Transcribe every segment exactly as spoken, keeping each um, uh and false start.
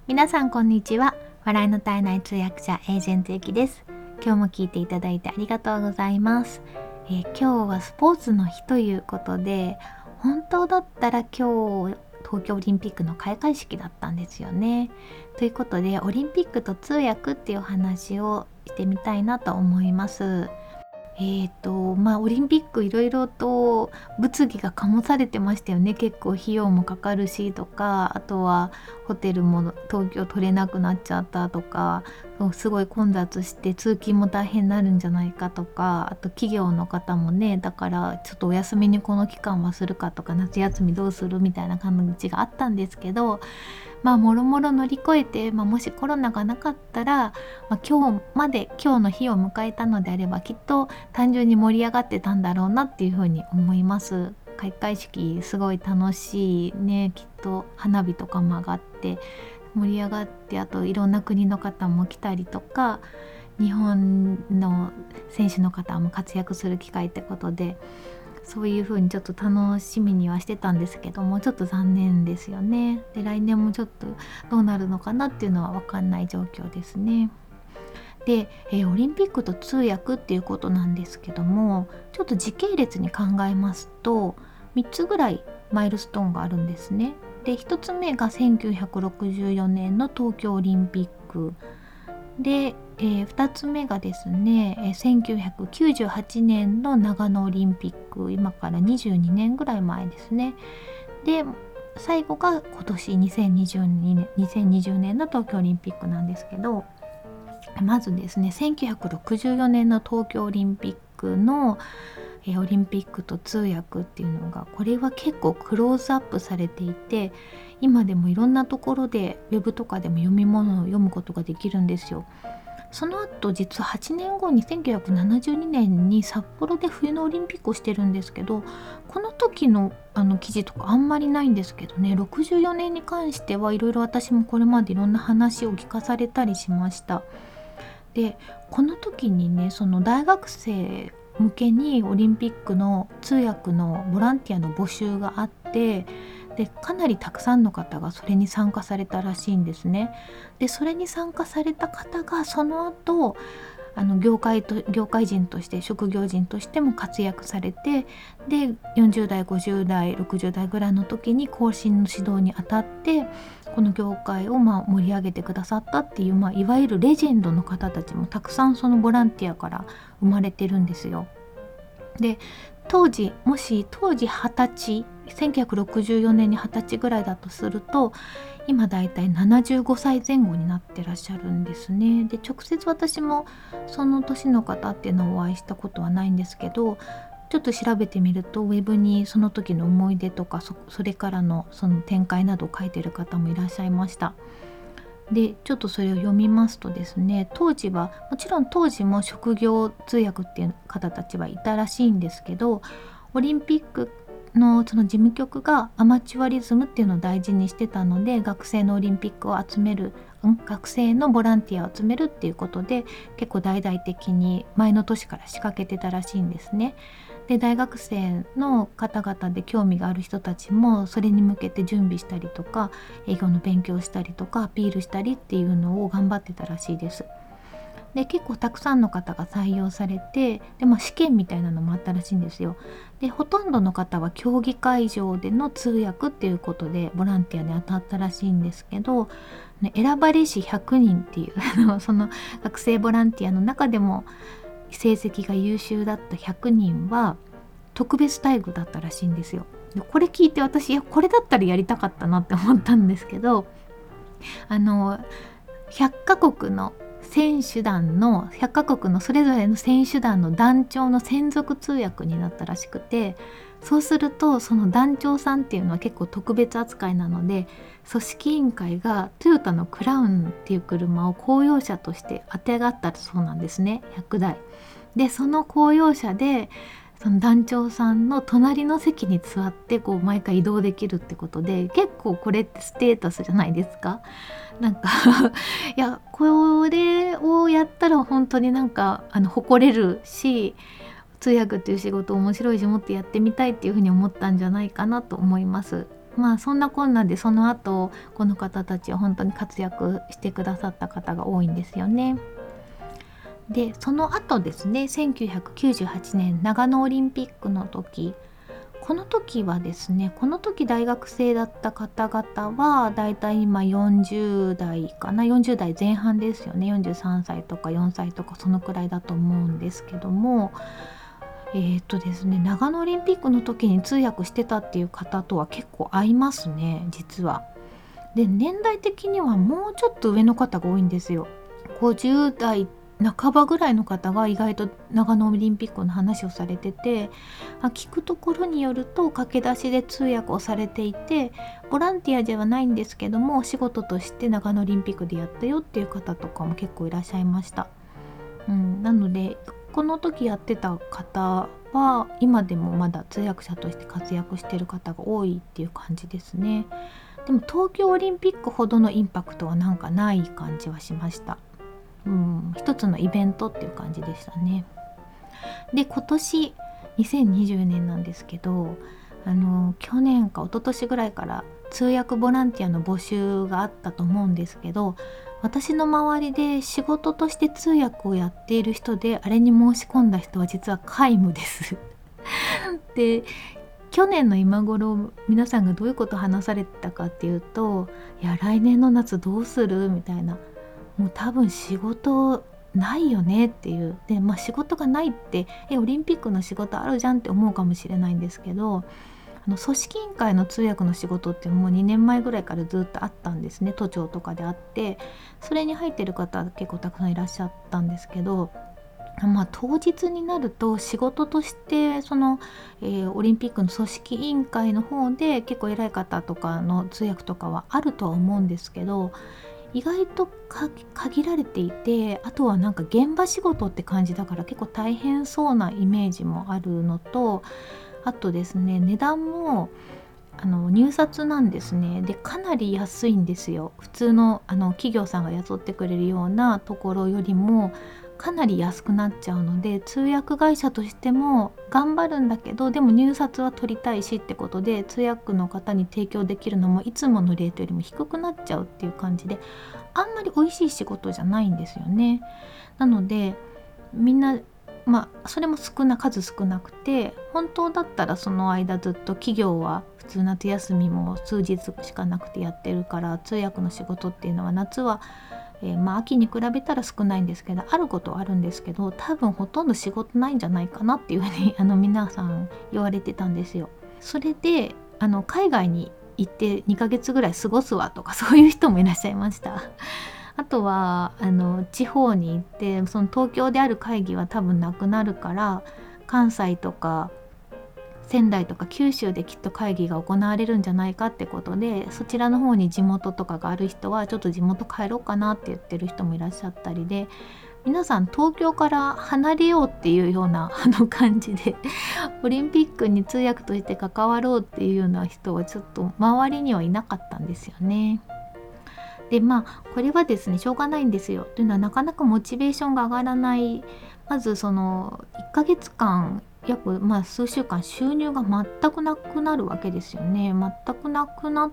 皆さんこんにちは。笑いの絶えない通訳者エージェントゆきです。今日も聞いていただいてありがとうございます。えー、今日はスポーツの日ということで、本当だったら今日東京オリンピックの開会式だったんですよね。ということでオリンピックと通訳っていう話をしてみたいなと思います。えーとまあ、オリンピックいろいろと物議が醸されてましたよね。結構費用もかかるしとか、あとはホテルも東京取れなくなっちゃったとか、すごい混雑して通勤も大変になるんじゃないかとか、あと企業の方もね、だからちょっとお休みにこの期間はするかとか、夏休みどうするみたいな感じがあったんですけど、まあもろもろ乗り越えて、まあ、もしコロナがなかったら、まあ、今日まで今日の日を迎えたのであれば、きっと単純に盛り上がってたんだろうなっていうふうに思います。開会式すごい楽しいね。きっと花火とかも上がって盛り上がって、あといろんな国の方も来たりとか、日本の選手の方も活躍する機会ってことで、そういう風にちょっと楽しみにはしてたんですけども、ちょっと残念ですよね。で、来年もちょっとどうなるのかなっていうのは分かんない状況ですね。で、えーオリンピックと通訳っていうことなんですけども、ちょっと時系列に考えますとみっつぐらいマイルストーンがあるんですね。で、ひとつめがせんきゅうひゃくろくじゅうよねんの東京オリンピックで、えー、ふたつめがですね、えーせんきゅうひゃくきゅうじゅうはちねんの長野オリンピック、今からにじゅうにねんぐらい前ですね。で、最後が今年にせんにじゅうにねんにせんにじゅうねんの東京オリンピックなんですけど、まずですね、せんきゅうひゃくろくじゅうよねんの東京オリンピックの、えーオリンピックと通訳っていうのが、これは結構クローズアップされていて、今でもいろんなところでウェブとかでも読み物を読むことができるんですよ。その後実ははちねんごにせんきゅうひゃくななじゅうにねんに札幌で冬のオリンピックをしてるんですけど、この時のあの記事とかあんまりないんですけどね、ろくじゅうよねんに関してはいろいろ私もこれまでいろんな話を聞かされたりしました。で、この時にね、その大学生向けにオリンピックの通訳のボランティアの募集があって、でかなりたくさんの方がそれに参加されたらしいんですね。でそれに参加された方がその後あの業界と業界人として職業人としても活躍されて、でよんじゅう代ごじゅう代ろくじゅう代ぐらいの時に後進の指導にあたってこの業界をまあ盛り上げてくださったっていう、まあ、いわゆるレジェンドの方たちもたくさんそのボランティアから生まれてるんですよ。で当時もし当時はたちせんきゅうひゃくろくじゅうよねんにはたちぐらいだとすると、今だいたいななじゅうごさいぜん後になってらっしゃるんですね。で直接私もその年の方っていうのをお会いしたことはないんですけど、ちょっと調べてみるとウェブにその時の思い出とか そ, それからのその展開などを書いてる方もいらっしゃいました。でちょっとそれを読みますとですね、当時はもちろん当時も職業通訳っていう方たちはいたらしいんですけど、オリンピックのその事務局がアマチュアリズムっていうのを大事にしてたので、学生のオリンピックを集める、ん学生のボランティアを集めるっていうことで結構大々的に前の年から仕掛けてたらしいんですね。で大学生の方々で興味がある人たちもそれに向けて準備したりとか、英語の勉強したりとかアピールしたりっていうのを頑張ってたらしいです。で結構たくさんの方が採用されて、で、まあ、試験みたいなのもあったらしいんですよ。でほとんどの方は競技会場での通訳っていうことでボランティアに当たったらしいんですけど、ね、選ばれしひゃくにんっていうその学生ボランティアの中でも成績が優秀だったひゃくにんは特別待遇だったらしいんですよ。でこれ聞いて私、いやこれだったらやりたかったなって思ったんですけど、あのひゃっカ国の選手団のひゃっカ国のそれぞれの選手団の団長の専属通訳になったらしくて、そうするとその団長さんっていうのは結構特別扱いなので、組織委員会がトヨタのクラウンっていう車を公用車としてあてがったそうなんですね、ひゃくだいで。その公用車でその団長さんの隣の席に座ってこう毎回移動できるってことで、結構これってステータスじゃないですか。なんかいやこれをやったら本当になんかあの誇れるし、通訳っていう仕事面白いしもっとやってみたいっていうふうに思ったんじゃないかなと思います。 まあそんなこんなでその後この方たちは本当に活躍してくださった方が多いんですよね。でその後ですね、せんきゅうひゃくきゅうじゅうはちねん長野オリンピックの時、この時はですね、この時大学生だった方々はだいたい今よんじゅう代かな、よんじゅう代前半ですよね。よんじゅうさんさいとかよんさいとかそのくらいだと思うんですけども、えーっとですね長野オリンピックの時に通訳してたっていう方とは結構合いますね、実は。で年代的にはもうちょっと上の方が多いんですよ。ごじゅう代半ばぐらいの方が意外と長野オリンピックの話をされてて、あ聞くところによると駆け出しで通訳をされていて、ボランティアではないんですけどもお仕事として長野オリンピックでやったよっていう方とかも結構いらっしゃいました。うん、なのでこの時やってた方は今でもまだ通訳者として活躍している方が多いっていう感じですね。でも東京オリンピックほどのインパクトはなんかない感じはしました。うん、一つのイベントっていう感じでしたね。で今年にせんにじゅうねんなんですけど、あの去年か一昨年ぐらいから通訳ボランティアの募集があったと思うんですけど、私の周りで仕事として通訳をやっている人であれに申し込んだ人は実は皆無ですで去年の今頃皆さんがどういうことを話されてたかっていうと、いや来年の夏どうするみたいな、もう多分仕事ないよねっていう。でまあ仕事がないってえオリンピックの仕事あるじゃんって思うかもしれないんですけど、あの組織委員会の通訳の仕事ってもうにねんまえぐらいからずっとあったんですね。都庁とかであって、それに入ってる方結構たくさんいらっしゃったんですけど、まあ、当日になると仕事としてその、えーオリンピックの組織委員会の方で結構偉い方とかの通訳とかはあるとは思うんですけど、意外とか限られていて、あとはなんか現場仕事って感じだから結構大変そうなイメージもあるのと、あとですね値段もあの入札なんですね。でかなり安いんですよ。普通の、あの企業さんが雇ってくれるようなところよりもかなり安くなっちゃうので、通訳会社としても頑張るんだけどでも入札は取りたいしってことで通訳の方に提供できるのもいつものレートよりも低くなっちゃうっていう感じで、あんまり美味しい仕事じゃないんですよね。なのでみんなまあそれも少な数少なくて、本当だったらその間ずっと企業は普通夏休みも数日しかなくてやってるから、通訳の仕事っていうのは夏は、えーまあ秋に比べたら少ないんですけど、あることはあるんですけど多分ほとんど仕事ないんじゃないかなっていうふうにあの皆さん言われてたんですよ。それであの海外に行ってにかげつぐらい過ごすわとかそういう人もいらっしゃいましたあとはあの地方に行って、その東京である会議は多分なくなるから関西とか仙台とか九州できっと会議が行われるんじゃないかってことで、そちらの方に地元とかがある人はちょっと地元帰ろうかなって言ってる人もいらっしゃったりで、皆さん東京から離れようっていうようなあの感じでオリンピックに通訳として関わろうっていうような人はちょっと周りにはいなかったんですよね。でまあこれはですねしょうがないんですよ。というのはなかなかモチベーションが上がらない。まずそのいっかげつかん約、まあ、数週間収入が全くなくなるわけですよね。全くなくなって、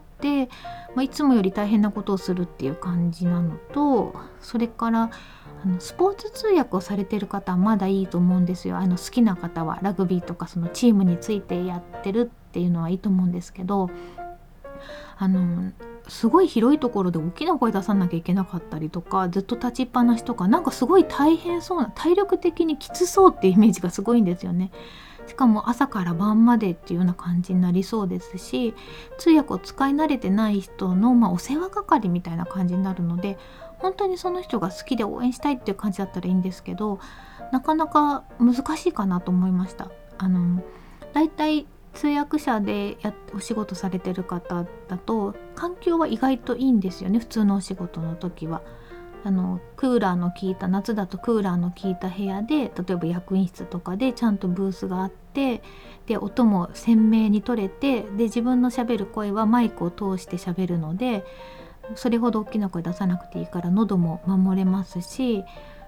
まあ、いつもより大変なことをするっていう感じなのと、それからあのスポーツ通訳をされている方はまだいいと思うんですよ。あの好きな方はラグビーとかそのチームについてやってるっていうのはいいと思うんですけど、あのすごい広いところで大きな声出さなきゃいけなかったりとか、ずっと立ちっぱなしとか、なんかすごい大変そうな、体力的にきつそうっていうイメージがすごいんですよね。しかも朝から晩までっていうような感じになりそうですし、通訳を使い慣れてない人の、まあ、お世話係みたいな感じになるので、本当にその人が好きで応援したいっていう感じだったらいいんですけど、なかなか難しいかなと思いました。あのだいたい通訳者でやお仕事されてる方だと環境は意外といいんですよね。普通のお仕事の時はあのクーラーの効いた、夏だとクーラーの効いた部屋で、例えば役員室とかでちゃんとブースがあって、で音も鮮明に取れて、で自分のしゃべる声はマイクを通してしゃべるので、それほど大きな声出さなくていいから喉も守れますし、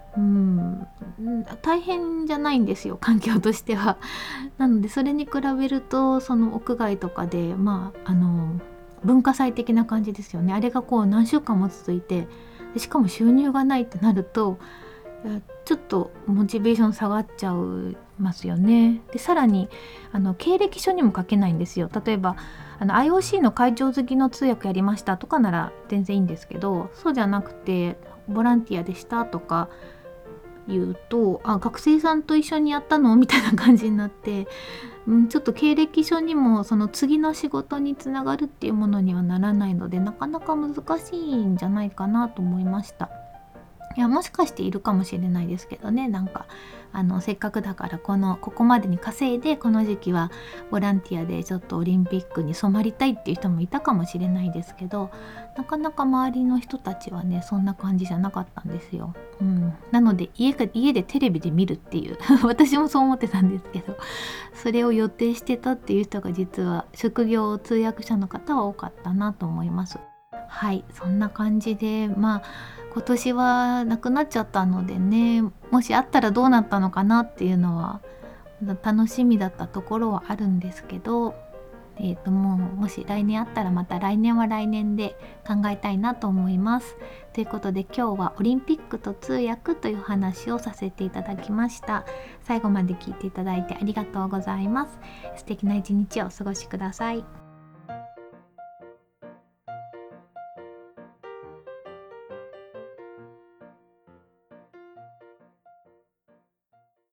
うん大変じゃないんですよ、環境としては。なのでそれに比べるとその屋外とかでまああの文化祭的な感じですよね。あれがこう何週間も続いて、でしかも収入がないってなると、いやちょっとモチベーション下がっちゃいますよね。でさらにあの経歴書にも書けないんですよ。例えばあの アイオーシー の会長付きの通訳やりましたとかなら全然いいんですけど、そうじゃなくてボランティアでしたとか言うと、あ学生さんと一緒にやったのみたいな感じになって、うん、ちょっと経歴書にもその次の仕事につながるっていうものにはならないので、なかなか難しいんじゃないかなと思いました。いやもしかしているかもしれないですけどね。なんかあのせっかくだからこのここまでに稼いでこの時期はボランティアでちょっとオリンピックに染まりたいっていう人もいたかもしれないですけど、なかなか周りの人たちはねそんな感じじゃなかったんですよ。うん、なので家が家でテレビで見るっていう私もそう思ってたんですけど、それを予定してたっていう人が実は職業通訳者の方は多かったなと思います。はい、そんな感じでまあ今年はなくなっちゃったのでね、もしあったらどうなったのかなっていうのは楽しみだったところはあるんですけど、えーともうもし来年あったらまた来年は来年で考えたいなと思います。ということで今日はオリンピックと通訳という話をさせていただきました。最後まで聞いていただいてありがとうございます。素敵な一日をお過ごしください。